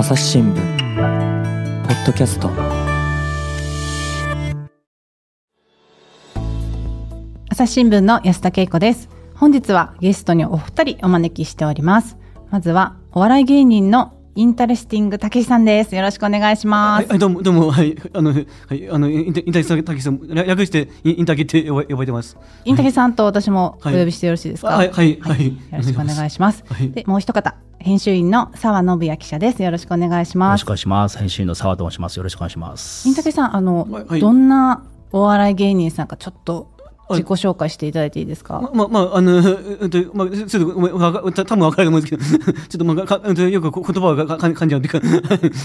朝日新聞ポッドキャスト。 朝日新聞の安田恵子です。本日はゲストにお二人お招きしております。まずはお笑い芸人のインタレスティングたけしさんです。よろしくお願いします。 はい、どうも、はい、インタレスティングたけしさん、略してインタケって呼ばれてます。 インタケさんと私もお呼びしてよろしいですか？ はい、 よろしくお願いします。で、もう一方、編集員の澤信也記者です。よろしくお願いします。 よろしくお願いします。編集員の澤と申します。よろしくお願いします。 インタケさん、どんなお笑い芸人さんかちょっと自己紹介していただいていいですか？ ちょっと多分分かると思うんですけどちょっとよく言葉が噛んじゃうんでちょっと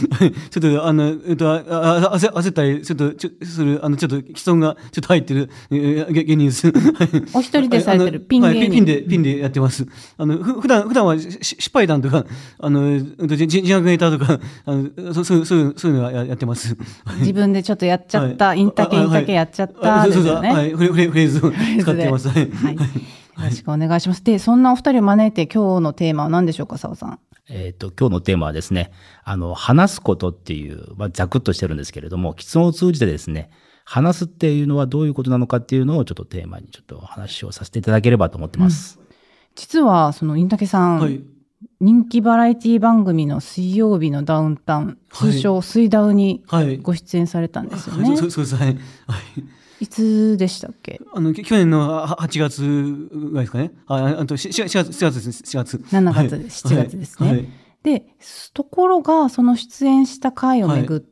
焦ったりするちょっと既存がちょっと入ってる芸人です。 お一人でされてるピン芸人。 ピンでやってます。普段は失敗談とか自虐ネタとかそういうのはやってます。 自分でちょっとやっちゃった、インタケやっちゃったですよね。 フレーズを使ってます。はい。よろしくお願いします。で、そんなお二人を招いて今日のテーマは何でしょうか、澤さん。 今日のテーマはですね、話すことっていう、ざくっとしてるんですけれども、喫音を通じてですね、話すっていうのはどういうことなのかっていうのをちょっとテーマにちょっと話をさせていただければと思ってます。 実はそのインタケさん、人気バラエティ番組の水曜日のダウンタウン、通称水ダウにご出演されたんですよね。 そうです。はい。 いつでしたっけ？ 去年の8月ぐらいですかね。4月ですね。4月。 7月です。7月ですね。で、ところがその出演した回をめぐって、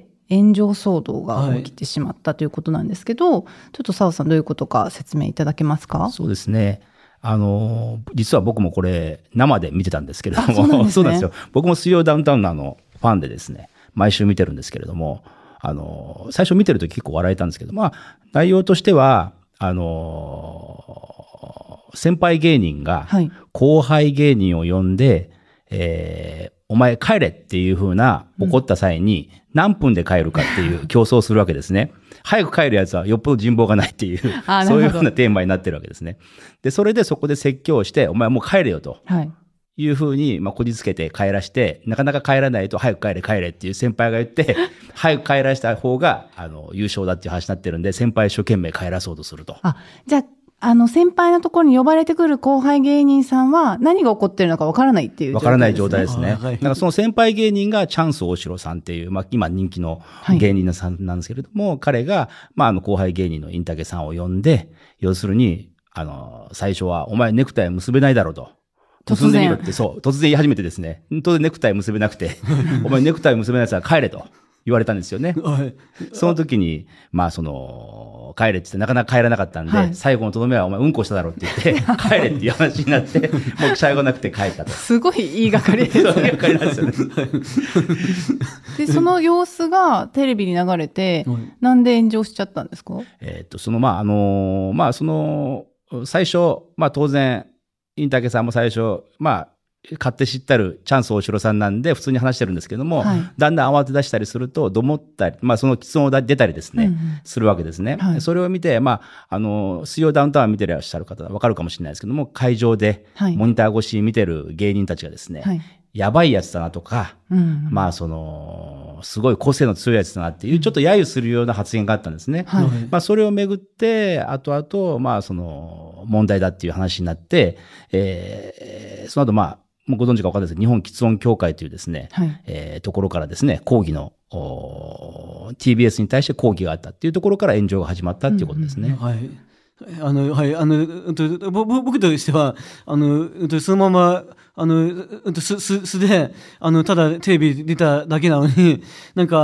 炎上騒動が起きてしまったということなんですけど、ちょっと澤さんどういうことか説明いただけますか？ そうですね。実は僕もこれ生で見てたんですけれども、そうなんですよ。僕も水曜ダウンタウンのファンでですね、毎週見てるんですけれども、最初見てると結構笑えたんですけど、内容としては、先輩芸人が後輩芸人を呼んで、お前帰れっていう風な怒った際に何分で帰るかっていう競争をするわけですね。早く帰るやつはよっぽど人望がないっていう、そういう風なテーマになってるわけですね。で、それでそこで説教して、お前もう帰れよと。いうふうに、こじつけて帰らして、なかなか帰らないと早く帰れっていう先輩が言って、早く帰らした方が、優勝だっていう話になってるんで、先輩一生懸命帰らそうとすると。 じゃあ、先輩のところに呼ばれてくる後輩芸人さんは何が起こってるのかわからないっていう状態ですね。 わからない状態ですね。だからその先輩芸人がチャンス大城さんっていう、今人気の芸人さんなんですけれども、彼が、後輩芸人のインタケさんを呼んで、要するに、最初は、お前ネクタイ結べないだろうと。突然言い始めてですね、当然ネクタイ結べなくて、お前ネクタイ結べないやつは帰れと言われたんですよね。その時に、帰れって言ってなかなか帰らなかったんで、最後のとどめはお前うんこしただろうって言って、帰れっていう話になって、もうしゃいがなくて帰ったと。 すごい言いがかりですね。 言いがかりなんですよね。 で、その様子がテレビに流れて、なんで炎上しちゃったんですか？ 最初、当然、インタケさんも最初、勝手知ったるチャンス大城さんなんで普通に話してるんですけども、だんだん慌て出したりすると、どもったり、その喫音を出たりですね、するわけですね。それを見て、水曜ダウンタウン見てらっしゃる方はわかるかもしれないですけども、会場でモニター越しに見てる芸人たちがですね、やばいやつだなとか、すごい個性の強いやつだなっていう、ちょっと揶揄するような発言があったんですね。それをめぐって、後々、問題だっていう話になって、その後、ご存知か分かんないですけど、日本喫音協会というですね、ところからですね、抗議の、TBS に対して抗議があったっていうところから炎上が始まったっていうことですね。 僕としては、そのまま、素で、ただテレビ出ただけなのに、なんか、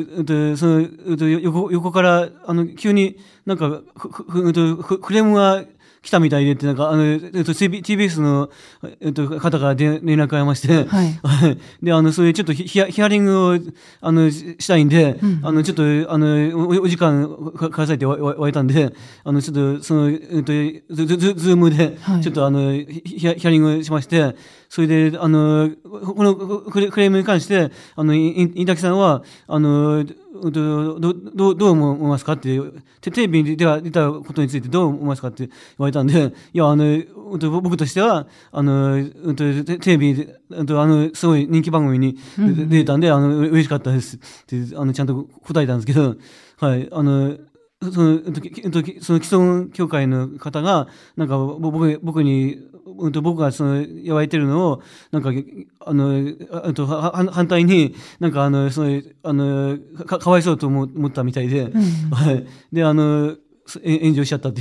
横から、急になんか、クレームが来たみたいでって、なんか、TBS の、方から連絡がありまして、で、そういうちょっとヒアリングを、したいんで、ちょっと、お時間くださいって言われたんで、ちょっと、ズームで、ちょっと、ヒアリングしまして、 それで、このクレームに関して、インタケさんは、どう思いますかって、テレビに出たことについてどう思いますかって言われたんで、いや、僕としては、テレビで、すごい人気番組に出たんで、嬉しかったですって、ちゃんと答えたんですけど、はい、その既存教会の方が、なんか僕に、僕が言われてるのを、なんか、反対に、なんか、かわいそうと思ったみたいで、はい。で、炎上しちゃったっていう。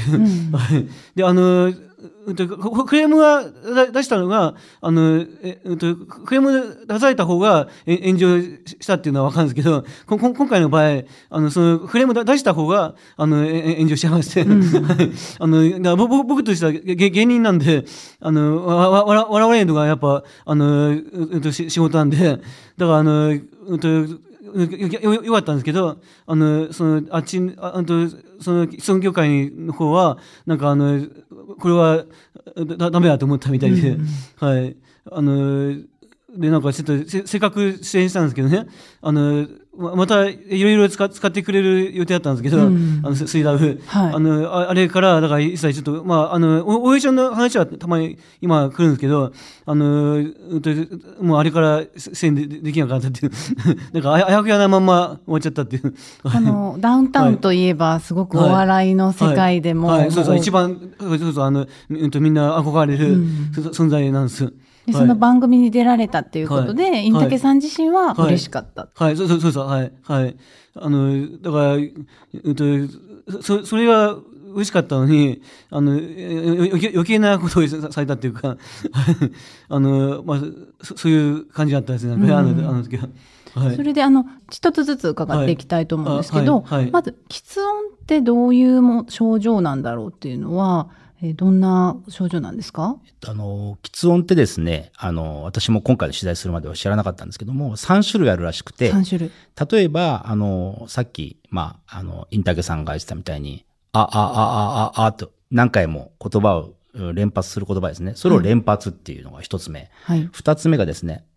はい。で、クレームが出したのが、クレーム出された方が炎上したっていうのは分かるんですけど、今回の場合、そのクレーム出した方が、炎上しちゃいまして、だから僕としては芸人なんで、笑われるのがやっぱ、仕事なんで、だから、よかったんですけど、その既存教会の方は、なんかこれはダメだと思ったみたいで、はい。で、なんかちょっとせっかく出演したんですけどね、またいろいろ使ってくれる予定だったんですけど、水ダウ、はい、あれから、だから一切ちょっと、まあ、オーディションの話はたまに今来るんですけど、もうあれから出演できなかったっていう、なんかあやふやなまんま終わっちゃったっていう。 ダウンタウンといえば、すごくお笑いの世界でも。 はい、そうそう、一番、みんな憧れる存在なんです。 で、その番組に出られたっていうことで、インタケさん自身は嬉しかった。 はい、そうそう、はい、はい。だから、それが嬉しかったのに、余計なことをされたっていうか、まあ、そういう感じだったですね、あの時は。はい、 それで一つずつ伺っていきたいと思うんですけど、まず喫音ってどういう症状なんだろうっていうのは、どんな症状なんですか？ 喫音ってですね、私も今回取材するまでは知らなかったんですけども、3種類あるらしくて、 3種類。 例えば、さっき、まあ、インタケさんが言ってたみたいに、と何回も言葉を連発する言葉ですね。それを連発っていうのが一つ目。はい、二つ目がですね、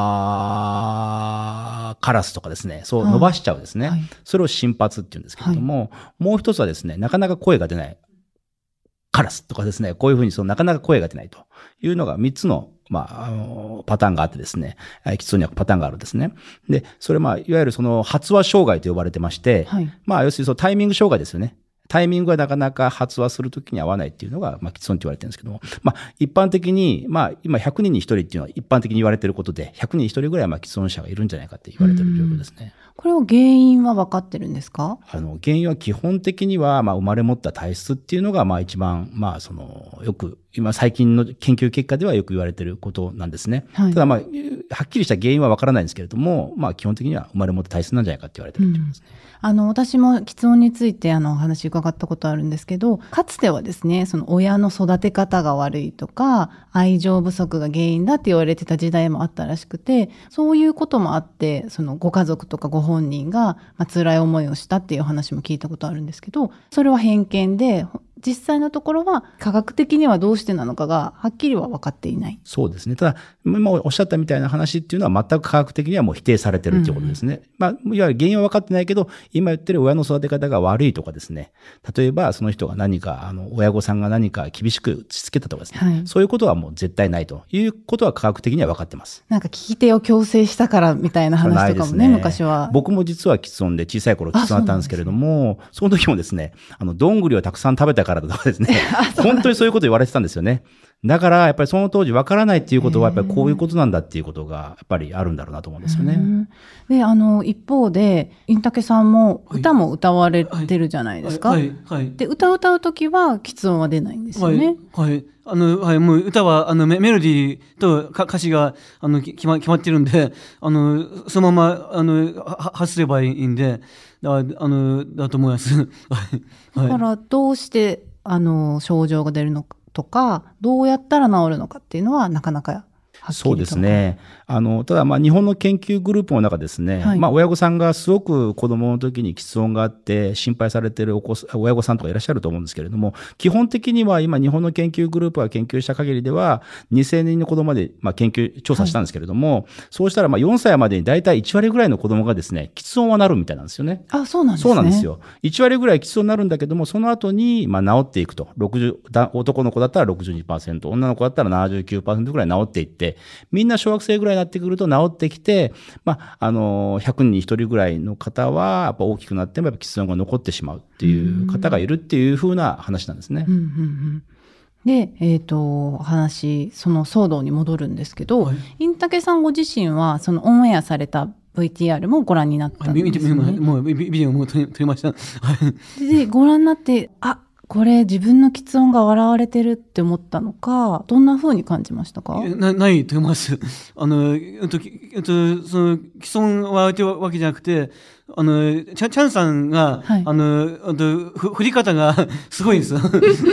カラスとかですね、そう伸ばしちゃうですね。はい、それを心発っていうんですけれども、はい、もう一つはですね、なかなか声が出ない。カラスとかですね、こういうふうになかなか声が出ないというのが3つの、パターンがあってですね、喫音にはパターンがあるんですね。で、それいわゆる発話障害と呼ばれてまして、はい、要するにタイミング障害ですよね。タイミングがなかなか発話するときに合わないっていうのが、喫音って言われてるんですけども、一般的に、今100人に1人っていうのは一般的に言われていることで、100人に1人ぐらい喫音者がいるんじゃないかって言われている状況ですね。 これは原因は分かってるんですか？ 原因は基本的には、生まれ持った体質っていうのが、一番、よく、今最近の研究結果ではよく言われていることなんですね。はい、ただはっきりした原因は分からないんですけれども、基本的には生まれ持った体質なんじゃないかって言われているということですね。 私も喫音についてお話伺ったことあるんですけど、かつてはですね、親の育て方が悪いとか、愛情不足が原因だって言われてた時代もあったらしくて、そういうこともあって、ご家族とかご本人が、辛い思いをしたっていう話も聞いたことあるんですけど、それは偏見で、実際のところは科学的にはどうしてなのかがはっきりは分かっていない。 そうですね。ただ、今おっしゃったみたいな話っていうのは全く科学的にはもう否定されてるっていうことですね。いわゆる原因は分かってないけど、今言ってる親の育て方が悪いとかですね。例えば、その人が何か、親御さんが何か厳しく打ち付けたとかですね。はい、そういうことはもう絶対ないということは科学的には分かってます。 なんか聞き手を強制したからみたいな話とかもね、昔は。 僕も実は喫音で小さい頃喫音だったんですけれども、その時もですね、どんぐりをたくさん食べたからとかですね、本当にそういうこと言われてたんですよね。だから、やっぱりその当時分からないっていうことは、やっぱりこういうことなんだっていうことが、やっぱりあるんだろうなと思うんですよね。 で、一方で、インタケさんも歌も歌われてるじゃないですか。はいはい、で、歌を歌うときは、喫音は出ないんですよね。 はいはい。もう歌は、メロディーと歌詞が、決まってるんで、そのまま、発すればいいんで、だと思います。 だから、どうして、症状が出るのかとか、どうやったら治るのかっていうのは、なかなか。 そうですね。ただ、日本の研究グループの中ですね、はい、親御さんがすごく子供の時に喫音があって心配されている親御さんとかいらっしゃると思うんですけれども、基本的には今日本の研究グループが研究した限りでは、2000人の子供まで、研究調査したんですけれども、はい、そうしたら4歳までに大体1割ぐらいの子供がですね、喫音はなるみたいなんですよね。 あ、そうなんですね。 そうなんですよ。1割ぐらい喫音になるんだけども、その後に、治っていくと。男の子だったら 62%、女の子だったら 79% ぐらい治っていって、みんな小学生ぐらいになってくると治ってきて、100人に1人ぐらいの方は、やっぱ大きくなってもやっぱ喫音が残ってしまうっていう方がいるっていう風な話なんですね。 で、話、その騒動に戻るんですけど、はい、インタケさんご自身は、そのオンエアされた VTR もご覧になったんですよね。 もうビデオも撮りました。 で、ご覧になって、これ自分の喫音が笑われてるって思ったのか、どんな風に感じましたか？ ないと思います。その喫音は笑われてるわけじゃなくて、チャンさんが、はい、振り方がすごいんですよ。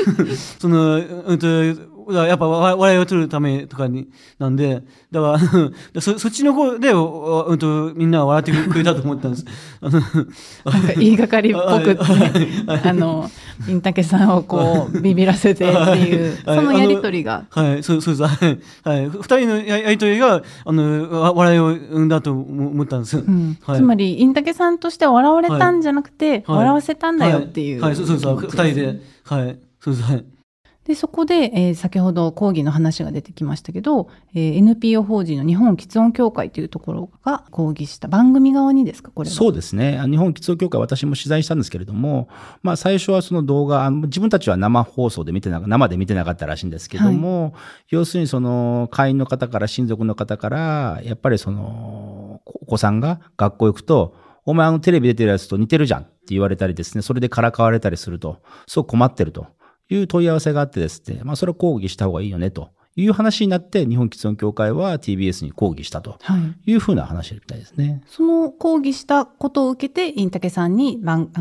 やっぱ笑いを取るためとかになんで、だからそっちの方でみんな笑ってくれたと思ったんです。 なんか言いがかりっぽくってインタケさんをこうビビらせてっていう、そのやり取りが、 そうです。二人のやり取りが笑いを生んだと思ったんです。 つまりインタケさんとしては笑われたんじゃなくて、笑わせたんだよっていう。 そうです。二人で、そうです。 で、そこで、先ほど講義の話が出てきましたけど、NPO 法人の日本喫音協会というところが講義した番組側にですか、これは。 そうですね。日本喫音協会、私も取材したんですけれども、最初はその動画、自分たちは生放送で生で見てなかったらしいんですけども、はい、要するにその会員の方から親族の方から、やっぱりそのお子さんが学校行くと、お前テレビ出てるやつと似てるじゃんって言われたりですね、それでからかわれたりすると、すごく困ってるという問い合わせがあってですね、それを抗議した方がいいよねという話になって、日本喫音協会は TBS に抗議したというふうな話みたいですね。 その抗議したことを受けて、インタケさんに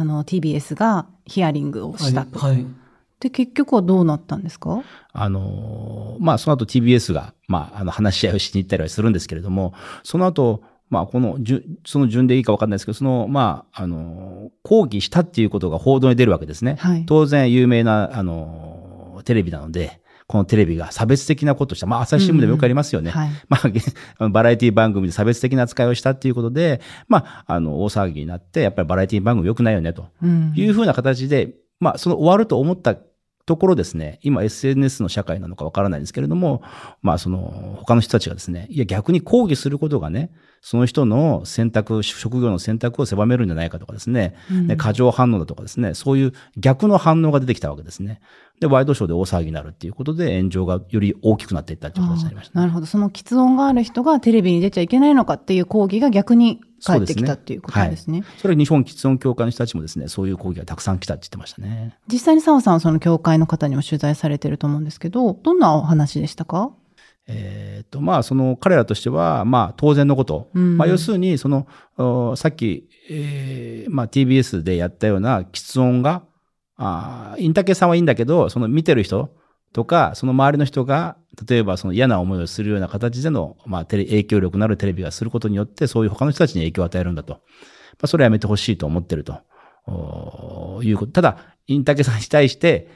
TBS がヒアリングをしたと。で、結局はどうなったんですか？ その後 TBS が、話し合いをしに行ったりはするんですけれども、その後、その順でいいか分かんないですけど、抗議したっていうことが報道に出るわけですね。はい、当然有名な、テレビなので、このテレビが差別的なことをした。朝日新聞でもよくありますよね。バラエティ番組で差別的な扱いをしたっていうことで、大騒ぎになって、やっぱりバラエティ番組良くないよね、というふうな形で、その終わると思ったところですね、今 SNS の社会なのかわからないんですけれども、他の人たちがですね、いや逆に抗議することがね、その人の職業の選択を狭めるんじゃないかとかですね、過剰反応だとかですね、そういう逆の反応が出てきたわけですね。で、ワイドショーで大騒ぎになるっていうことで炎上がより大きくなっていったっていう形になりました、ね。 なるほど。その喫音がある人がテレビに出ちゃいけないのかっていう抗議が逆に返ってきたっていうことですね。 それ日本喫音協会の人たちもですね、そういう抗議がたくさん来たって言ってましたね。 実際に澤さんはその協会の方にも取材されてると思うんですけど、どんなお話でしたか？ その彼らとしては、当然のこと。要するに、さっき、TBS でやったような喫音が、インタケさんはいいんだけど、その見てる人とか、その周りの人が、例えばその嫌な思いをするような形での、影響力のあるテレビがすることによって、そういう他の人たちに影響を与えるんだと。それはやめてほしいと思ってるということ。ただ、インタケさんに対して、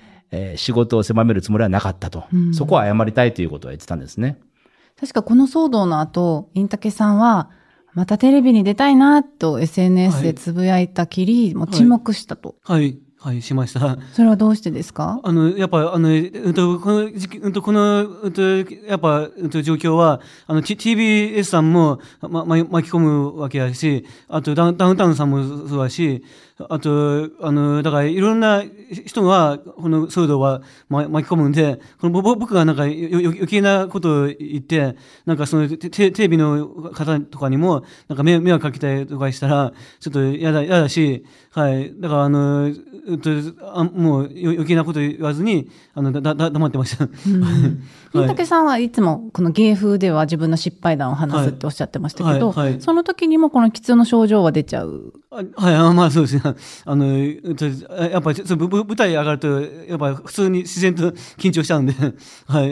仕事を狭めるつもりはなかったと。そこは謝りたいということを言ってたんですね。 確かこの騒動の後、インタケさんは、またテレビに出たいなと SNS でつぶやいたきり、もう沈黙したと。 しました。 それはどうしてですか？ やっぱ、このやっぱ、状況は、TBS さんも、巻き込むわけだし、あと、ダウンタウンさんもそうだし、あと、だから、いろんな人が、この騒動は巻き込むんで、僕がなんか余計なことを言って、なんかそのテレビの方とかにも、なんか迷惑かけたりとかしたら、ちょっと嫌だし、だから、もう余計なこと言わずに、黙ってました。 インタケさんはいつもこの芸風では自分の失敗談を話すっておっしゃってましたけど、その時にもこの喫音の症状は出ちゃう？ はい、まあそうですね。やっぱり舞台上がると、やっぱり普通に自然と緊張しちゃうんで、はい。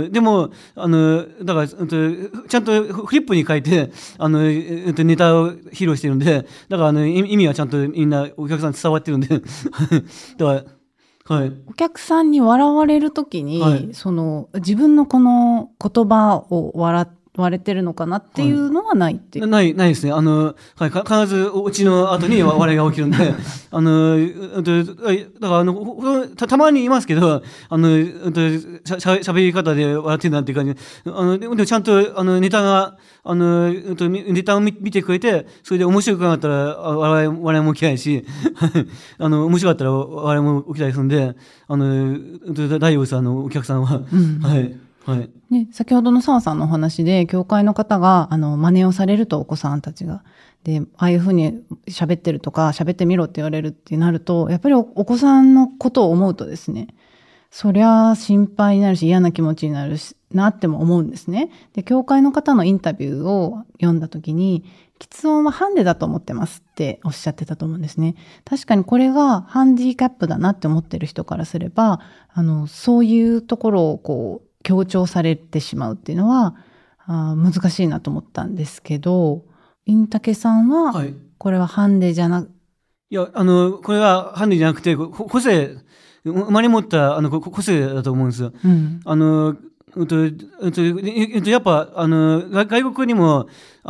でも、だから、ちゃんとフリップに書いて、ネタを披露してるんで、だから意味はちゃんとみんなお客さんに伝わってるんで、だから、はい。 お客さんに笑われるときに、はい、自分のこの言葉を笑れてるのかなっていうのはないっていう、 はい、ないですね。はい、必ずオチの後に笑いが起きるんで、だからたまにいますけど、喋り方で笑ってるなんていう感じでもちゃんとネタを見てくれて、それで面白くなかったら笑いも起きないし、面白かったら笑いも起きたりするんで、大丈夫です、お客さんは。うん、はい。はい。 ね、先ほどの澤さんのお話で、教会の方が、真似をされると、お子さんたちが。で、ああいうふうに喋ってるとか、喋ってみろって言われるってなると、やっぱりお子さんのことを思うとですね、そりゃ心配になるし、嫌な気持ちになるし、なっても思うんですね。で、教会の方のインタビューを読んだときに、喫音はハンデだと思ってますっておっしゃってたと思うんですね。確かにこれがハンディキャップだなって思ってる人からすれば、そういうところを強調されてしまうっていうのは難しいなと思ったんですけど、インタケさんは、はい、これはハンデじゃなく、 いや、これはハンデじゃなくて、個性、生まれ持った個性だと思うんですよ。うん、やっぱ外国にも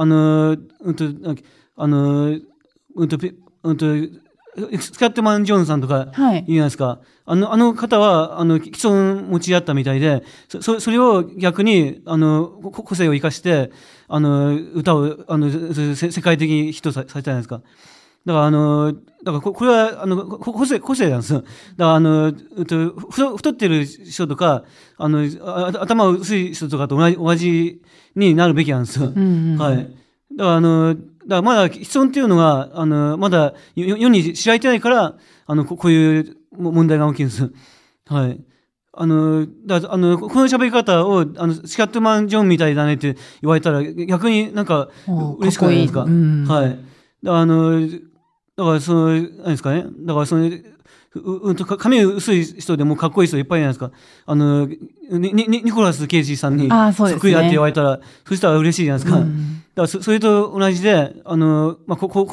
スカットマン・ジョンさんとか言うじゃないですか。はい、あの方は既存持ち合ったみたいで、それを逆に個性を生かして歌を世界的にヒットさせたじゃないですか。だからこれは個性なんですよ。だから太ってる人とか頭薄い人とかと同じになるべきなんですよ。うんうん、はい。だからまだ既存っていうのがまだ世に知られてないからこういう問題が起きるんです。はい。この喋り方をスカットマン・ジョンみたいだねって言われたら逆になんか嬉しくないですか。はい。だから何ですかね。だから髪薄い人でもかっこいい人いっぱいじゃないですか。ニコラス・ケイジさんにそっくりだって言われたら、そしたら嬉しいじゃないですか。だからそれと同じで、子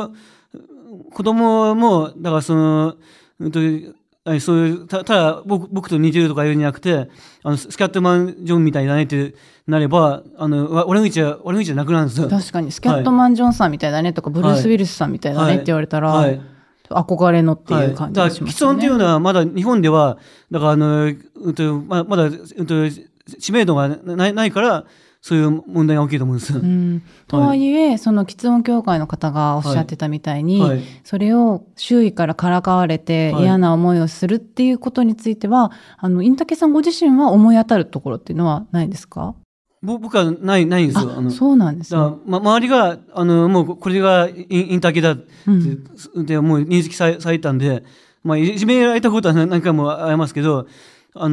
供も、だからそういうただ僕と似てるとか言うんじゃなくて、スカットマン・ジョンみたいだねってなれば、悪口じゃなくなるんですよ。 確かにスカットマン・ジョンさんみたいだねとか、ブルース・ウィルスさんみたいだねって言われたら、はいはい、憧れのっていう感じがしますね。 既存っていうのはまだ日本ではだからまだ知名度がないからそういう問題が起きると思うんです。 とはいえ、その喫音協会の方がおっしゃってたみたいに、はいはい、それを周囲からからかわれて嫌な思いをするっていうことについては、インタケさんご自身は思い当たるところっていうのはないですか？ 僕はないんですよ。 そうなんですね。 周りがもうこれがインタケだって、でもう認識されたんで、いじめられたことは何回もありますけど、こ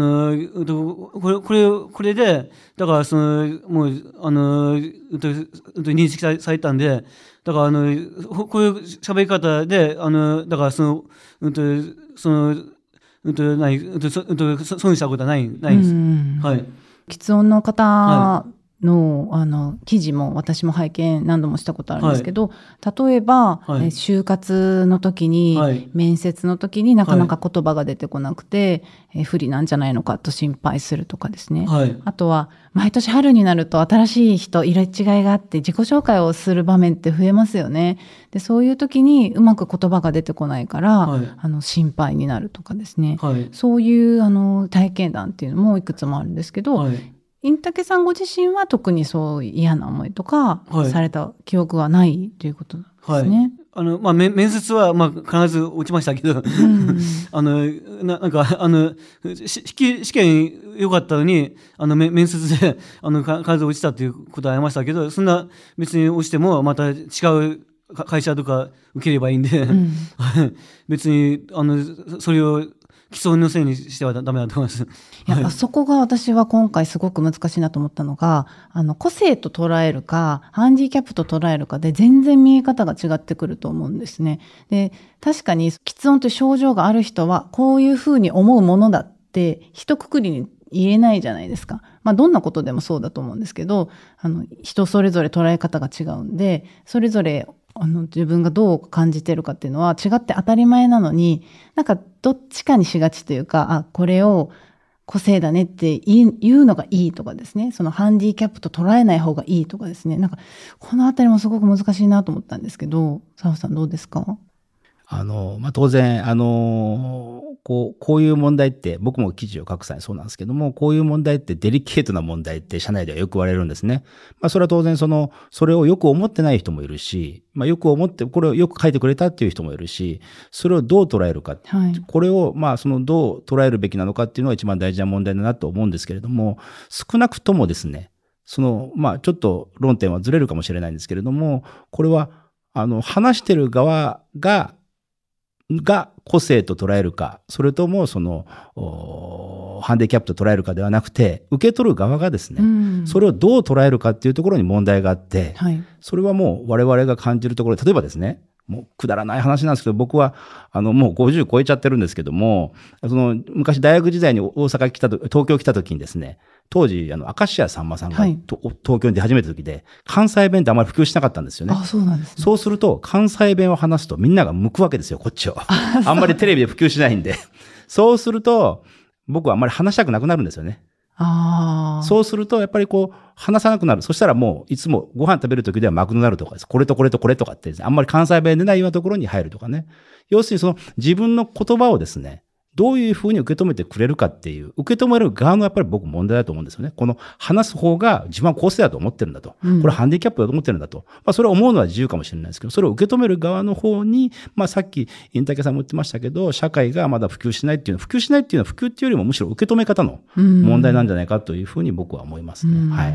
れでだからもう認識されたんで、だからこういう喋り方でだから損したことはないんです。はい。 喫音の方の、記事も私も拝見何度もしたことあるんですけど、例えば、就活の時に、面接の時になかなか言葉が出てこなくて、不利なんじゃないのかと心配するとかですね。あとは毎年春になると新しい人入れ違いがあって自己紹介をする場面って増えますよね。でそういう時にうまく言葉が出てこないから、心配になるとかですね。そういう体験談っていうのもいくつもあるんですけど、インタケさんご自身は特にそう嫌な思いとかされた記憶はないということですね。 面接は必ず落ちましたけど、なんか試験良かったのに面接で必ず落ちたということはありましたけど、そんな別に落ちてもまた違う会社とか受ければいいんで、別にそれを既存のせいにしてはダメだと思います。 いや、そこが私は今回すごく難しいなと思ったのが、個性と捉えるか、ハンディキャップと捉えるかで全然見え方が違ってくると思うんですね。で、確かに喫音という症状がある人は、こういうふうに思うものだって、一括りに言えないじゃないですか。まあ、どんなことでもそうだと思うんですけど、人それぞれ捉え方が違うんで、それぞれ自分がどう感じてるかっていうのは違って当たり前なのに、なんかどっちかにしがちというか、これを個性だねって言うのがいいとかですね、そのハンディキャップと捉えない方がいいとかですね、なんかこのあたりもすごく難しいなと思ったんですけど、澤さんどうですか？ 当然、こういう問題って、僕も記事を書く際にそうなんですけども、こういう問題ってデリケートな問題って社内ではよく言われるんですね。それは当然それをよく思ってない人もいるし、よく思って、これをよく書いてくれたっていう人もいるし、それをどう捉えるか。 はい、 これを、どう捉えるべきなのかっていうのが一番大事な問題だなと思うんですけれども、少なくともですね、ちょっと論点はずれるかもしれないんですけれども、これは、話してる側が個性と捉えるか、それともハンディキャップと捉えるかではなくて、受け取る側がですね、それをどう捉えるかっていうところに問題があって、はい、それはもう我々が感じるところで、例えばですね、もうくだらない話なんですけど、僕はもう50超えちゃってるんですけども、昔大学時代に東京来た時にですね、当時明石家さんまさんが、はい、東京に出始めた時で、関西弁ってあまり普及しなかったんですよね。 そうなんですね。 そうすると関西弁を話すとみんなが向くわけですよ、こっちを。あんまりテレビで普及しないんで。そうすると僕はあんまり話したくなくなるんですよね。そうするとやっぱり話さなくなる。そしたらもういつもご飯食べる時ではマクドナルドとかです。これとこれとこれとかってですね、あんまり関西弁でないようなところに入るとかね。要するに自分の言葉をですね、どういうふうに受け止めてくれるかっていう、受け止める側のやっぱり僕問題だと思うんですよね。この話す方が自分は個性だと思ってるんだと。これはハンディキャップだと思ってるんだと。それを思うのは自由かもしれないですけど、それを受け止める側の方に、さっきインタケさんも言ってましたけど、社会がまだ普及しないっていうのは、普及っていうよりもむしろ受け止め方の問題なんじゃないかというふうに僕は思いますね。はい。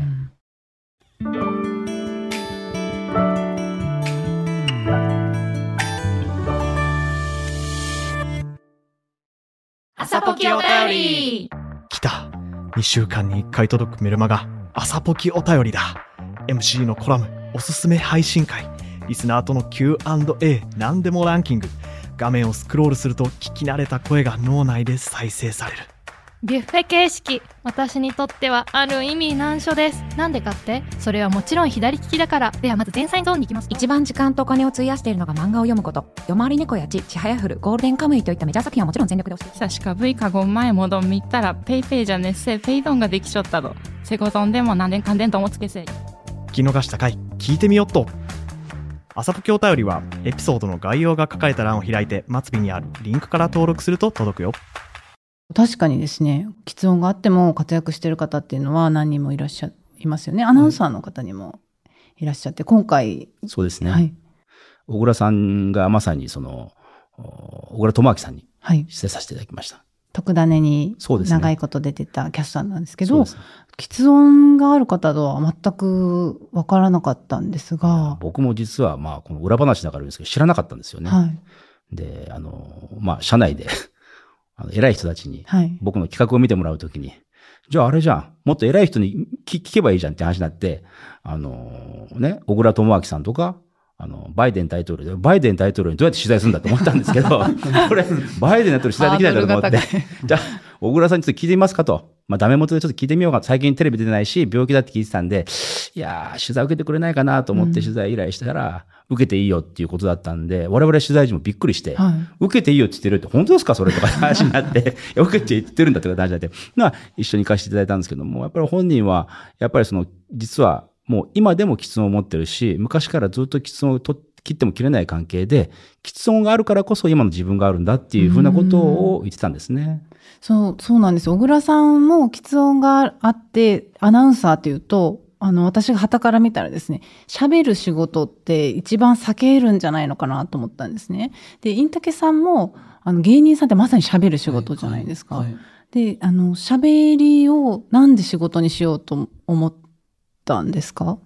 朝ポキお便り来た。2週間に1回届くメルマガ、朝ポキお便りだ。 MC のコラム、おすすめ配信会、リスナーとの Q&A、 何でもランキング。画面をスクロールすると聞き慣れた声が脳内で再生される。 ビュッフェ形式、私にとってはある意味難所です。なんでかって？それはもちろん左利きだから。ではまず前菜ゾーンに行きます。 一番時間とお金を費やしているのが漫画を読むこと。夜回り猫やちはやふる、ゴールデンカムイといったメジャー作品はもちろん全力で押して。 さしか V か5前もどん見たらペイペイじゃねっせ、ペイドンができちょったど。セゴドンでもなんでんかんでんともつけせ。 聞き逃した回、聞いてみよっと。朝ポキお便りはエピソードの概要が書かれた欄を開いて、末尾にあるリンクから登録すると届くよ。 確かにですね、喫音があっても活躍している方っていうのは何人もいらっしゃいますよね。アナウンサーの方にもいらっしゃって、今回。 そうですね。 はい、 小倉さんがまさに小倉智昭さんに出演させていただきました。 特ダネに長いこと出てたキャスターなんですけど、喫音がある方とは全く分からなかったんですが。 僕も実はこの裏話だからですけど知らなかったんですよね。 はい、 で、社内で偉い人たちに僕の企画を見てもらうときに、じゃああれじゃん、もっと偉い人に聞けばいいじゃんって話になって、小倉智昭さんとか、バイデン大統領にどうやって取材するんだと思ったんですけど、これ、バイデン大統領取材できないだろうと思って、じゃあ、小倉さんにちょっと聞いてみますかと。ダメ元でちょっと聞いてみようか。最近テレビ出てないし、病気だって聞いてたんで、いやー、取材受けてくれないかなと思って取材依頼したら、受けていいよっていうことだったんで、我々取材時もびっくりして、受けていいよって言ってるって、本当ですかそれとか話になって、受けて言ってるんだって話になって、一緒に行かせていただいたんですけども、やっぱり本人は、やっぱり実は、もう今でも喫音を持ってるし、昔からずっと喫音を切っても切れない関係で、喫音があるからこそ今の自分があるんだっていうふうなことを言ってたんですね。 そうなんですよ。小倉さんも喫音があって、アナウンサーっていうと、私が傍から見たらですね、喋る仕事って一番避けるんじゃないのかなと思ったんですね。で、インタケさんも、芸人さんってまさに喋る仕事じゃないですか。で、喋りをなんで仕事にしようと思ったんですか？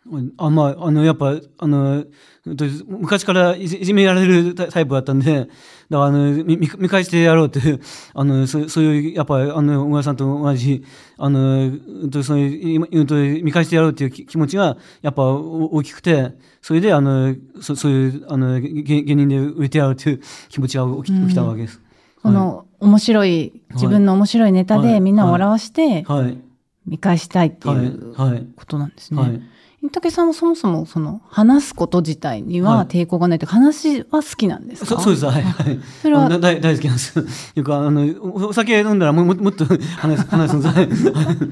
やっぱ昔からいじめられるタイプだったんで、だから見返してやろうっていうそういうやっぱり小川さんと同じそういう見返してやろうっていう気持ちがやっぱ大きくて、それでそういう芸人で売れてやろうっていう気持ちが起きたわけです。 この面白い自分の面白いネタでみんなを笑わして見返したいっていうことなんですね。インタケさんもそもそも話すこと自体には抵抗がないというか、話は好きなんですか？ そうです。はい。それは大好きなんです。よくお酒飲んだらもっと話すんです。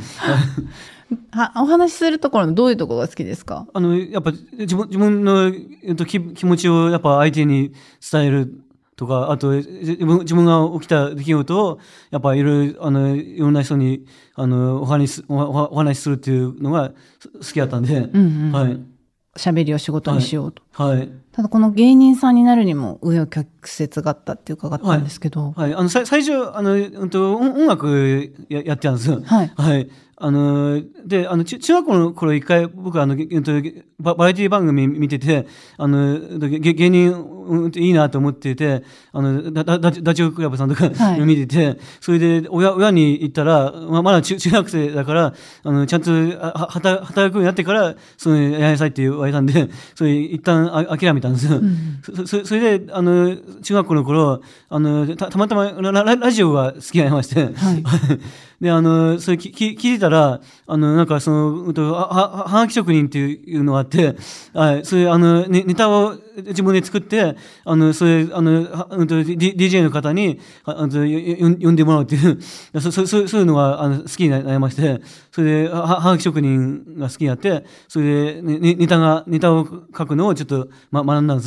お話しするところのどういうところが好きですか？ やっぱ自分の気持ちをやっぱ相手に伝えるとか、あと自分が起きた出来事をやっぱいろいろんな人にお話しするっていうのが好きだったんで、 喋りを仕事にしようと。 はい。 ただこの芸人さんになるにも紆余曲折があったって伺ったんですけど、 最初音楽やってたんですよ。はい。で中学校の頃一回僕バラエティ番組見てて芸人いいなと思っててダチョウ倶楽部さんとか見てて、それで親に言ったら、まだ中学生だからちゃんと働くようになってからそれやりなさいって言われたんで、それ一旦諦めたんですよ。それで中学校の頃たまたまラジオが好きになりまして、でそれ聞いてたらなんかはがき職人っていうのがあって、そういうネタを自分で作ってそういうDJ の方に呼んでもらうっていうそういうのが好きになりまして、それではがき職人が好きになって、それでネタを書くのをちょっと学んだんです。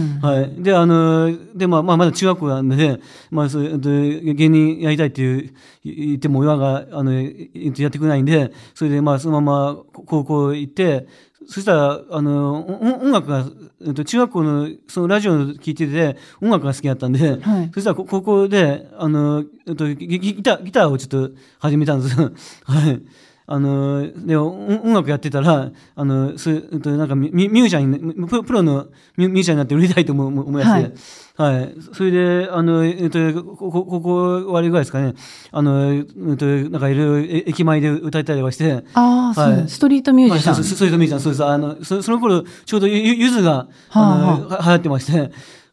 でまだ中学校なんで、そういう芸人やりたいって言っても親がやってくれないんで、それでそのまま高校行って、そしたら音楽が中学校のそのラジオを聞いてて音楽が好きだったんで、そしたら高校でギターをちょっと始めたんです。はい。で音楽やってたらなんかミュージシャンプロのミュージシャンになって売りたいと思いまして、それでここ終わりぐらいですかね、なんかいろいろ駅前で歌ったりはして、 ストリートミュージシャン、 ストリートミュージシャン、そうです。その頃ちょうどゆずが流行ってまして。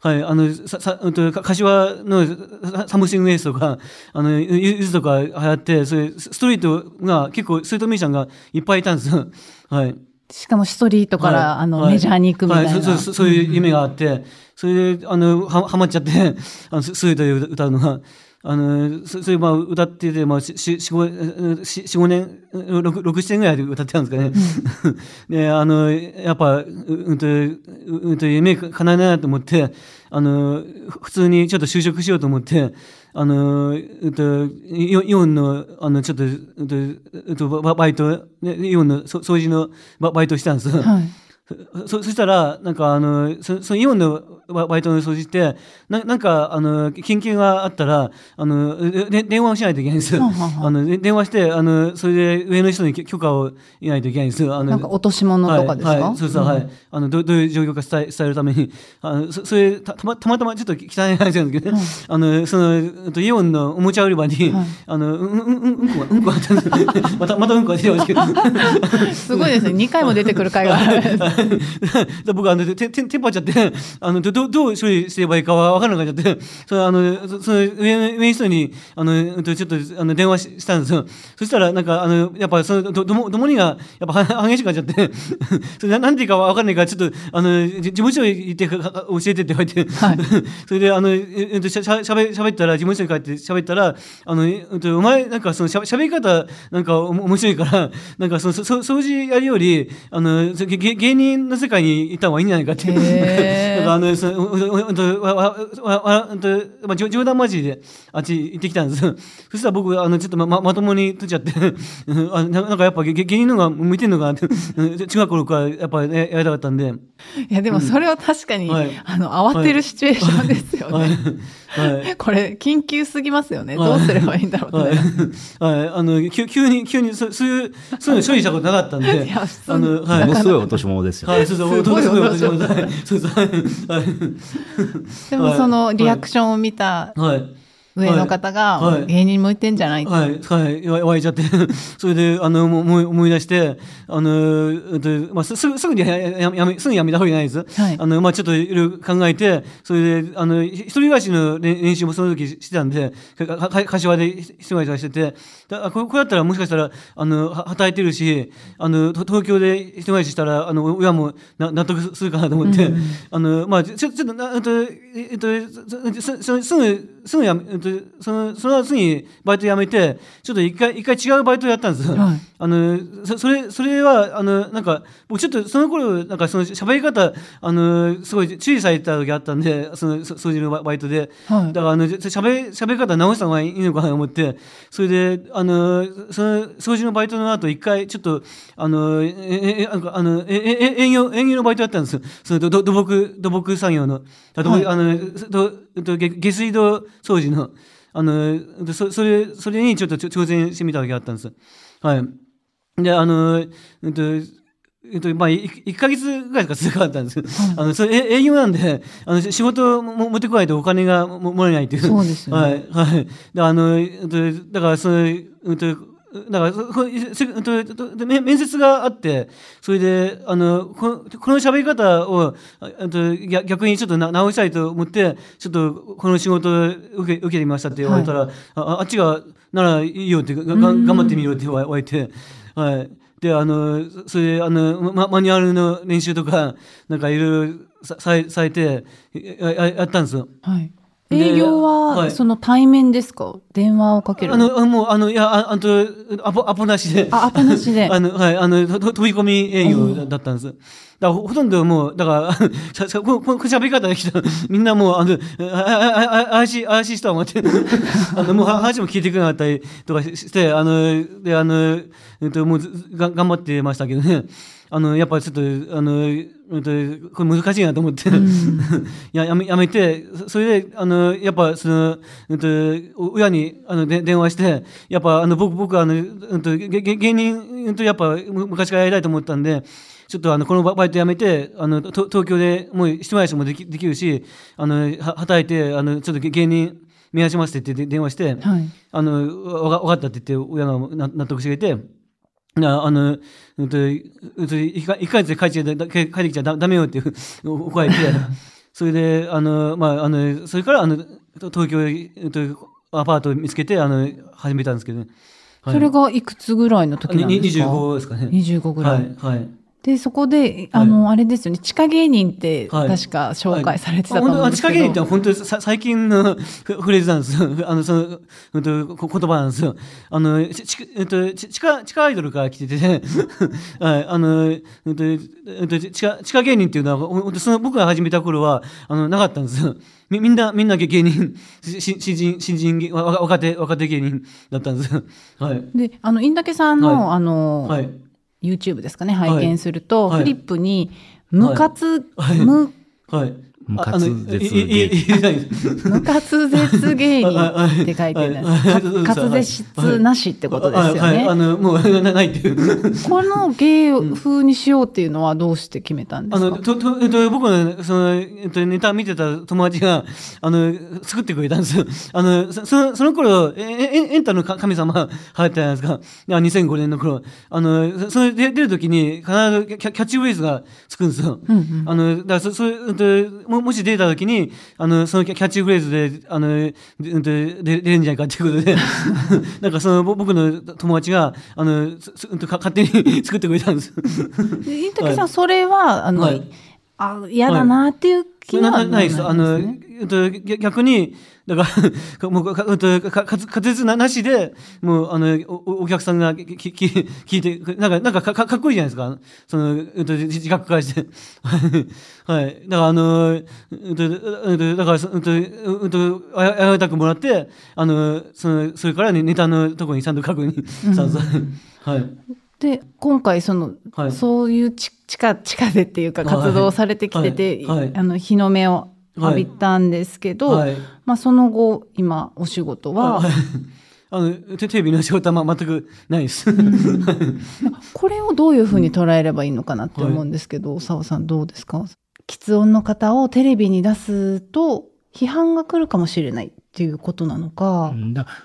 柏のサムシングエースとかゆずとか流行って、それストリートが結構ストリートミュージシャンがいっぱいいたんですよ。 しかもストリートからメジャーに行くみたいな、 そういう夢があって、それでハマっちゃってストリートで歌うのが。それ歌ってて、4、5年、6、7年ぐらいで歌ってたんですかね。で、やっぱ、夢叶えないなと思って、普通にちょっと就職しようと思って、イオンの、ちょっと、バイト、イオンの掃除のバイトしたんです。そしたらなんかそのイオンのバイトの掃除ってなんか緊急があったら電話をしないといけないんです。電話してそれで上の人に許可を得ないといけないんです。 なんか落とし物とかですか？ そうです。どういう状況か伝えるためにそれたまたまちょっと汚い話なんですけどね、そのイオンのおもちゃ売り場にうんこあったんです。またうんこが出てましたけどすごいですね。2回も出てくる回がある。 僕テンパっちゃってどう処理すればいいか分からなくなっちゃって、その上の人にちょっと電話したんですよ。そしたらなんかやっぱそのどもりがやっぱ激しくなっちゃってそれなんていうか分からないからちょっと事務所に行って教えてって言われて、それで喋ったら事務所に帰って喋ったらお前なんかその喋り方なんか面白いからなんか掃除やるより芸人の世界に行った方がいいんじゃないかってなんか冗談交じりであっち行ってきたんです。そしたら僕ちょっとまともに取っちゃってなんかやっぱ芸人の方が向いてんのかなって中学校からやっぱやりたかったんで。 いやでもそれは確かに、慌てるシチュエーションですよね。 はい、 これ緊急すぎますよね。どうすればいいんだろうね。 はい、急にそういうの処理したことなかったんで、 いやものすごい落とし物ですよね。 はい、そうそう、すごい落とし物だ。そうそう。 でもそのリアクションを見た上の方が芸人向いてんじゃないって、 湧いちゃって、それで思い出して、すぐにやめた方がいないです。ちょっといろいろ考えて、それで一人暮らしの練習もその時してたんで、柏で一人暮らししてて、これだったらもしかしたら働いてるし、東京で一人暮らししたら親も納得するかなと思って、ちょっとすぐやめその後にバイト辞めて、ちょっと一回違うバイトやったんです。それはなんか僕ちょっとその頃なんかその喋り方すごい注意された時あったんで、その掃除のバイトで、だから喋り方直した方がいいのかなと思って、それでその掃除のバイトの後一回ちょっと営業のバイトやったんです。その土木作業の下水道掃除のそれにちょっと挑戦してみた時があったんです。はい。で1ヶ月ぐらいしか続かなかったんです。それ営業なんで仕事を持ってこないとお金がもらえないっていう。 そうですよね。 はい。だからだから面接があって、それでこの喋り方を逆にちょっと直したいと思って、ちょっとこの仕事を受けてみましたって言われたら、あっちがならいいよって頑張ってみろって言われて、はい。でそれでマニュアルの練習とかなんかいろいろされてやったんですよ。 はい。営業はその対面ですか？電話をかける？ もういやアポなしで。 アポなしで。 はい、飛び込み営業だったんです。だからほとんどもうだからこの喋り方できたみんなもう怪しい人は思ってもう話も聞いてくれなかったりとかしてもう頑張ってましたけどね。やっぱりちょっとこれ難しいなと思ってやめて、それでやっぱその親に電話して、やっぱ僕芸人やっぱ昔からやりたいと思ったんで、ちょっとこのバイトやめて東京でもう一人暮らしもできるし働いてちょっと芸人目指しますって言って電話して、分かったって言って親が納得してくれて。1ヶ月で帰ってきちゃダメよって怒られて、それでそれから東京アパートを見つけて始めたんですけどね。 はい、それがいくつぐらいの時なんですか ？25ですかね。 25ぐらい。 はい。 でそこであれですよね、地下芸人って確か紹介されてたと思うんですけど、 地下芸人って本当に最近のフレーズなんですよ。その言葉なんですよ。地下アイドルから来てて、はい、地下芸人っていうのはその僕が始めた頃はなかったんですよ。みんな芸人、新人若手芸人だったんですよ。はい。 でインダケさんのはい。YouTube ですかね、拝見すると、フリップに無滑絶芸人って書いてるんです。滑舌なしってことですよね。 もうないっていう。 この芸風にしようっていうのはどうして決めたんですか？ 僕のそのネタ見てた友達が作ってくれたんですよ。その頃エンタの神様流行ったじゃないですか。2005年の頃。それ出る時に必ずキャッチフレーズがつくんですよ。だからもし出た時にそのキャッチフレーズで出るんじゃないかっていうことでなんかその僕の友達が勝手に作ってくれたんです。 インタケさん、それは嫌だなっていう気はないですね。逆にだからもう滑舌なしでもうお客さんが聞いてなんかかっこいいじゃないですか。その自覚からしてはい。だからあやたくもらってそれからネタのところにちゃんと書くにしたんです。はい。 で今回そういう地下でっていうか活動されてきてて、日の目を浴びたんですけど、まあその後、今、お仕事は、 テレビの仕事は全くないです。 これをどういうふうに捉えればいいのかなって思うんですけど、澤さんどうですか？喫音の方をテレビに出すと批判が来るかもしれないっていうことなのか。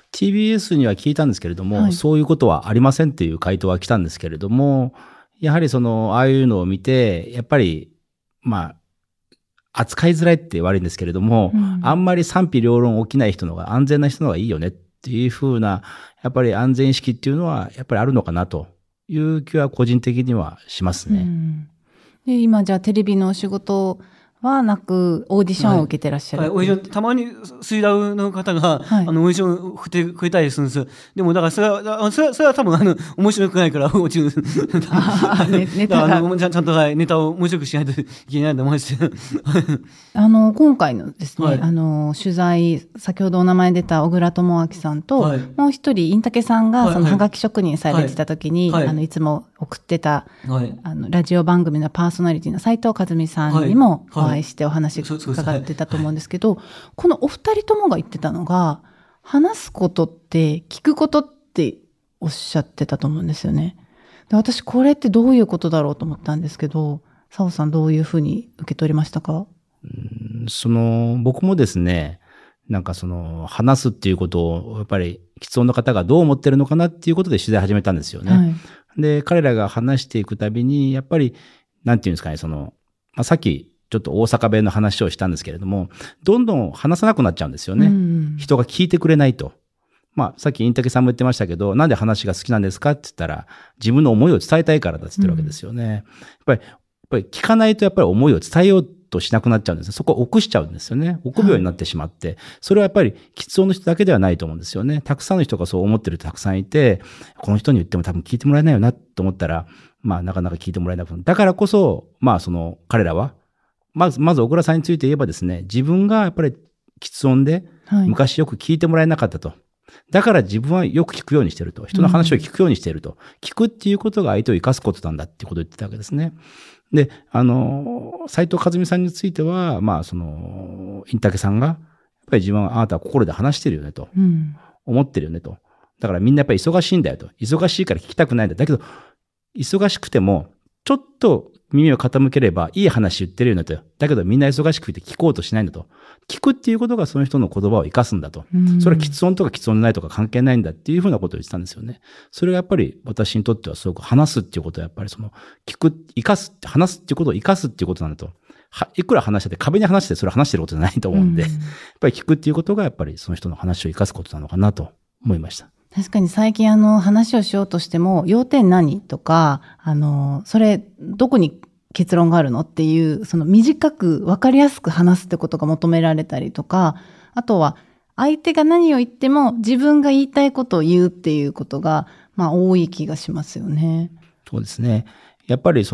TBS には聞いたんですけれども、そういうことはありませんっていう回答は来たんですけれども、やはりああいうのを見て、やっぱり、まあ、扱いづらいって悪いんですけれども、あんまり賛否両論起きない人の方が安全な人の方がいいよねっていうふうな、やっぱり安全意識っていうのはやっぱりあるのかなという気は個人的にはしますね。 で今じゃあテレビのお仕事はなくオーディションを受けてらっしゃる、 オーディションたまに水ダウの方が、オーディションを振ってくれたりするんですよ。でもだからそれは多分面白くないから落ちる。ネタがちゃんとネタを面白くしないといけないと思います。 今回のですね、取材先ほどお名前出た小倉智明さんと、もう一人インタケさんがそのハガキ職人されてた時に、いつも送ってた、ラジオ番組のパーソナリティの斉藤和美さんにもお会いしてお話伺ってたと思うんですけど、このお二人ともが言ってたのが、話すことって聞くことっておっしゃってたと思うんですよね。で、私これってどういうことだろうと思ったんですけど、澤さんどういうふうに受け取りましたか？ 僕もですね、なんか話すっていうことをやっぱり喫音の方がどう思ってるのかなっていうことで取材始めたんですよね。で、彼らが話していくたびに、やっぱり、なんていうんですかね、さっきちょっと大阪弁の話をしたんですけれども、どんどん話さなくなっちゃうんですよね。人が聞いてくれないと。さっきインタケさんも言ってましたけど、なんで話が好きなんですかって言ったら、自分の思いを伝えたいからだって言ってるわけですよね。やっぱり聞かないとやっぱり思いを伝えようとしなくなっちゃうんですね。そこを臆しちゃうんですよね。臆病になってしまって。それはやっぱり喫音の人だけではないと思うんですよね。たくさんの人がそう思ってる人たくさんいて、この人に言っても多分聞いてもらえないよなと思ったら、なかなか聞いてもらえなくなる。だからこそ、彼らは、まず小倉さんについて言えばですね、自分がやっぱり喫音で昔よく聞いてもらえなかったと。だから自分はよく聞くようにしてると。人の話を聞くようにしていると。聞くっていうことが相手を生かすことなんだっていうことを言ってたわけですね。で、斉藤和美さんについては、インタケさんが、やっぱり自分はあなたは心で話してるよねと。思ってるよねと。だからみんなやっぱり忙しいんだよと。忙しいから聞きたくないんだ。だけど、忙しくても、ちょっと耳を傾ければいい話言ってるよねと。だけどみんな忙しくて聞こうとしないんだと。聞くっていうことがその人の言葉を生かすんだと。それは喫音とか喫音でないとか関係ないんだっていうふうなことを言ってたんですよね。それがやっぱり私にとってはすごく話すっていうことはやっぱり聞く、生かす、話すっていうことを生かすっていうことなんだと。いくら話してて壁に話してそれは話してることじゃないと思うんで、やっぱり聞くっていうことがやっぱりその人の話を生かすことなのかなと思いました。 確かに最近話をしようとしても、要点何とか、それ、どこに結論があるのっていう、短く分かりやすく話すってことが求められたりとか、あとは、相手が何を言っても自分が言いたいことを言うっていうことが、多い気がしますよね。 そうですね。やっぱり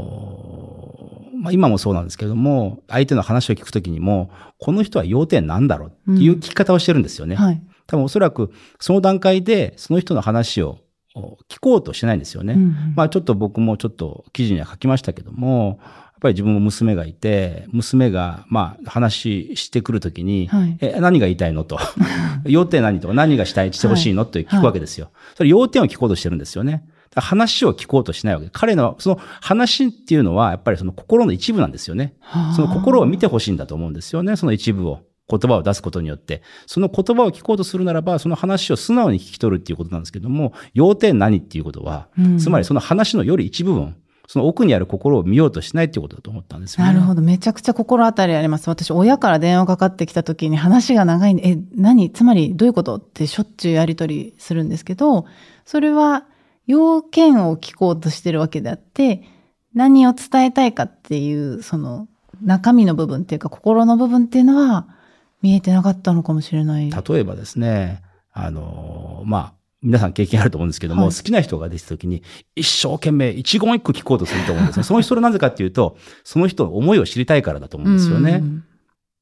今もそうなんですけれども、相手の話を聞くときにも、この人は要点なんだろうっていう聞き方をしてるんですよね。多分おそらくその段階でその人の話を聞こうとしないんですよね。ちょっと僕もちょっと記事には書きましたけども、やっぱり自分も娘がいて、娘が話してくるときに、何が言いたいのと、要点何とか何がしてほしいのと聞くわけですよ。それ要点を聞こうとしてるんですよね。話を聞こうとしないわけで、彼のその話っていうのはやっぱりその心の一部なんですよね。その心を見てほしいんだと思うんですよね。その一部を。言葉を出すことによって、その言葉を聞こうとするならば、その話を素直に聞き取るっていうことなんですけども、要点何っていうことは、つまりその話のより一部分、その奥にある心を見ようとしないっていうことだと思ったんですよね。 なるほど。めちゃくちゃ心当たりあります。私、親から電話かかってきた時に話が長いんで、何？つまりどういうことってしょっちゅうやり取りするんですけど、それは要件を聞こうとしてるわけであって、何を伝えたいかっていう、その中身の部分っていうか心の部分っていうのは、見えてなかったのかもしれない。 例えばですね、皆さん経験あると思うんですけども、好きな人が出てきた時に、一生懸命一言一句聞こうとすると思うんですね。その人はなぜかっていうと、その人の思いを知りたいからだと思うんですよね。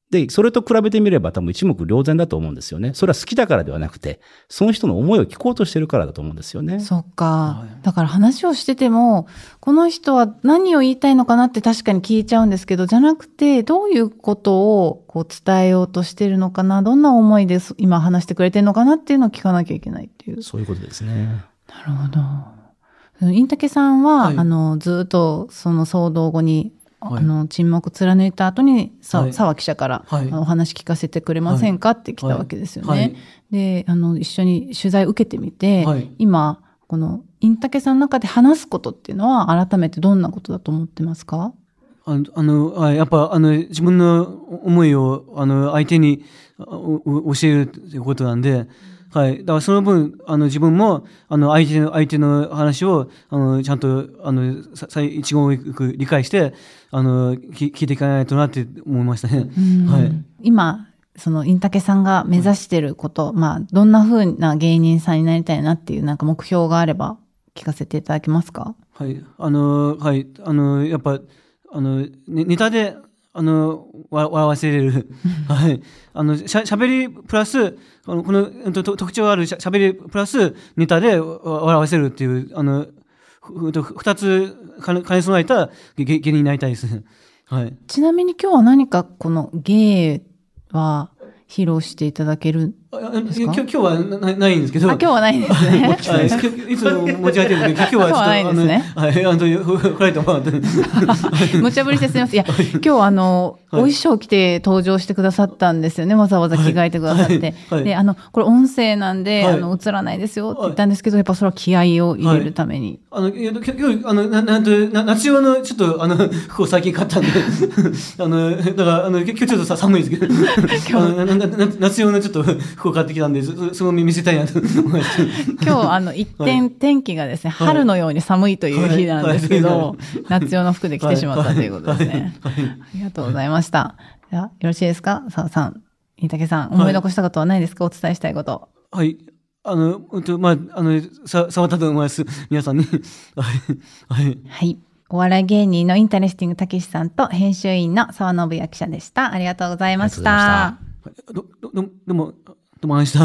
で、それと比べてみれば多分一目瞭然だと思うんですよね。それは好きだからではなくて、その人の思いを聞こうとしてるからだと思うんですよね。 そっか。だから話をしてても、この人は何を言いたいのかなって確かに聞いちゃうんですけど、じゃなくて、どういうことをこう伝えようとしてるのかな、どんな思いで今話してくれてるのかなっていうのを聞かなきゃいけないっていう。 そういうことですね。 なるほど。インタケさんは、ずっとその騒動後に、沈黙貫いた後に澤記者から、お話聞かせてくれませんかって来たわけですよね。で、一緒に取材受けてみて、今このインタケさんの中で話すことっていうのは改めてどんなことだと思ってますか？ やっぱ自分の思いを相手に教えるということなんで、だからその分自分も相手の話をちゃんと一言一句理解して聞いていかないとなって思いましたね。 今そのインタケさんが目指してること、どんな風な芸人さんになりたいなっていうなんか目標があれば聞かせていただけますか？ やっぱネタで笑わせれるしゃべりプラスこの特徴あるしゃべりプラスネタで笑わせるっていう2つ兼ね備えた芸人になりたいです。 ちなみに今日は何かこの芸は披露していただけるんですか？ 今日はないんですけど。 今日はないんですね。 いつも持ち上げてるんで、今日はちょっとないですね。 来られてもらって。 無茶ぶりしてすみません。いや、今日お衣装着て登場してくださったんですよね。わざわざ着替えてくださって。で、これ音声なんで、映らないですよって言ったんですけど、やっぱそれは気合を入れるために。 今日、夏用のちょっと、服を最近買ったんで、だから、今日ちょっと寒いですけど、夏用のちょっと服を買ってきたんで、その見せたいなと思います。 今日、一転、天気がですね、春のように寒いという日なんですけど、夏用の服で着てしまったということですね。ありがとうございました。では、よろしいですか？澤さん、インタケさん、思い残したことはないですか？お伝えしたいこと。 はい。沢田と思います。皆さんに。 はい。お笑い芸人のインタレスティングたけしさんと編集員の澤信也記者でした。ありがとうございました。 どうもありました。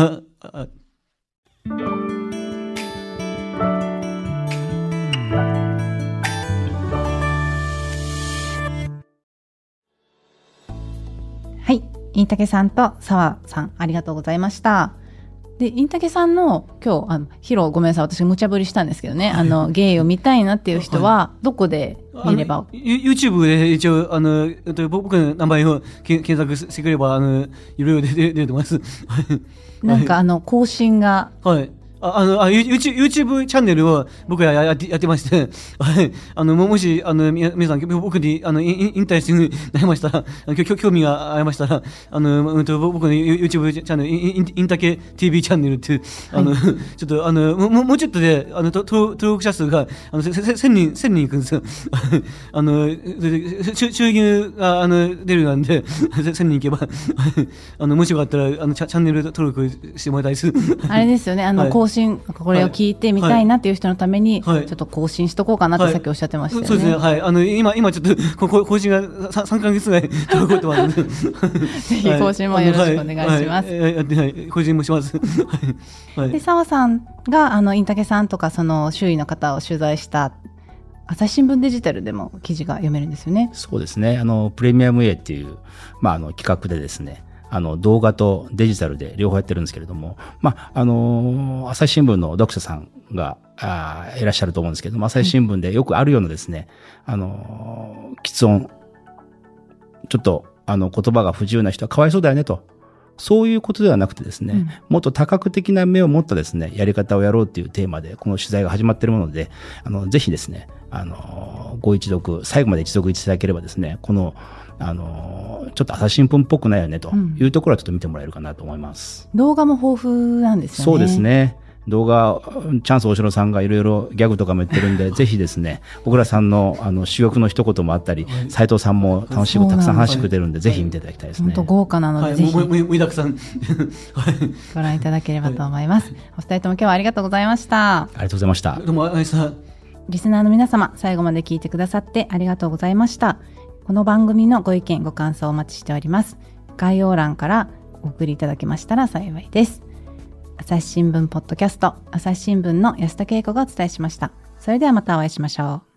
はい。インタケさんと澤さん、ありがとうございました。で、インタケさんの今日、披露ごめんなさい。私無茶ぶりしたんですけどね、芸を見たいなっていう人は、どこで見れば YouTube で一応、僕の名前を検索してくれば、いろいろ出ると思います。 なんか更新が。 YouTube チャンネルを僕はやってまして、もし、皆さん、僕に、インタレスティングになりましたら、興味がありましたら、僕の YouTube チャンネル、インタケ TV チャンネルっていう、ちょっと、もうちょっとで、登録者数が、1000人いくんですよ。収入が、出るなんで、1000人いけば、もしよかったら、チャンネル登録してもらいたいです。 あれですよね、これを聞いてみたいなっていう人のために、ちょっと更新しとこうかなってさっきおっしゃってましたよね。 そうですね。はい。今ちょっと更新が3ヶ月ぐらい滞ってますので。 ぜひ更新もよろしくお願いします。 更新もします。 で、澤さんがインタケさんとかその周囲の方を取材した朝日新聞デジタルでも記事が読めるんですよね。 そうですね。プレミアム A っていう、企画でですね、動画とデジタルで両方やってるんですけれども、朝日新聞の読者さんがいらっしゃると思うんですけども、朝日新聞でよくあるようなですね、喫音、ちょっと言葉が不自由な人はかわいそうだよねと、そういうことではなくてですね、もっと多角的な目を持ったですね、やり方をやろうというテーマでこの取材が始まっているもので、ぜひですね、ご一読、最後まで一読いただければですね、このちょっと朝日新聞っぽくないよねというところはちょっと見てもらえるかなと思います。 動画も豊富なんですよね。 そうですね。動画、チャンス大城さんがいろいろギャグとかも言ってるんで、ぜひですね、小倉さんの珠玉の一言もあったり、斉藤さんも楽しいことたくさん話してくれてるんで、ぜひ見ていただきたいですね。 本当豪華なので、ぜひ盛りだくさんご覧いただければと思います。お二人とも今日はありがとうございました。 ありがとうございました。 どうもありがとうございました。 リスナーの皆様、最後まで聞いてくださってありがとうございました。この番組のご意見ご感想をお待ちしております。 概要欄からお送りいただけましたら幸いです。朝日新聞ポッドキャスト、朝日新聞の安田恵子がお伝えしました。それではまたお会いしましょう。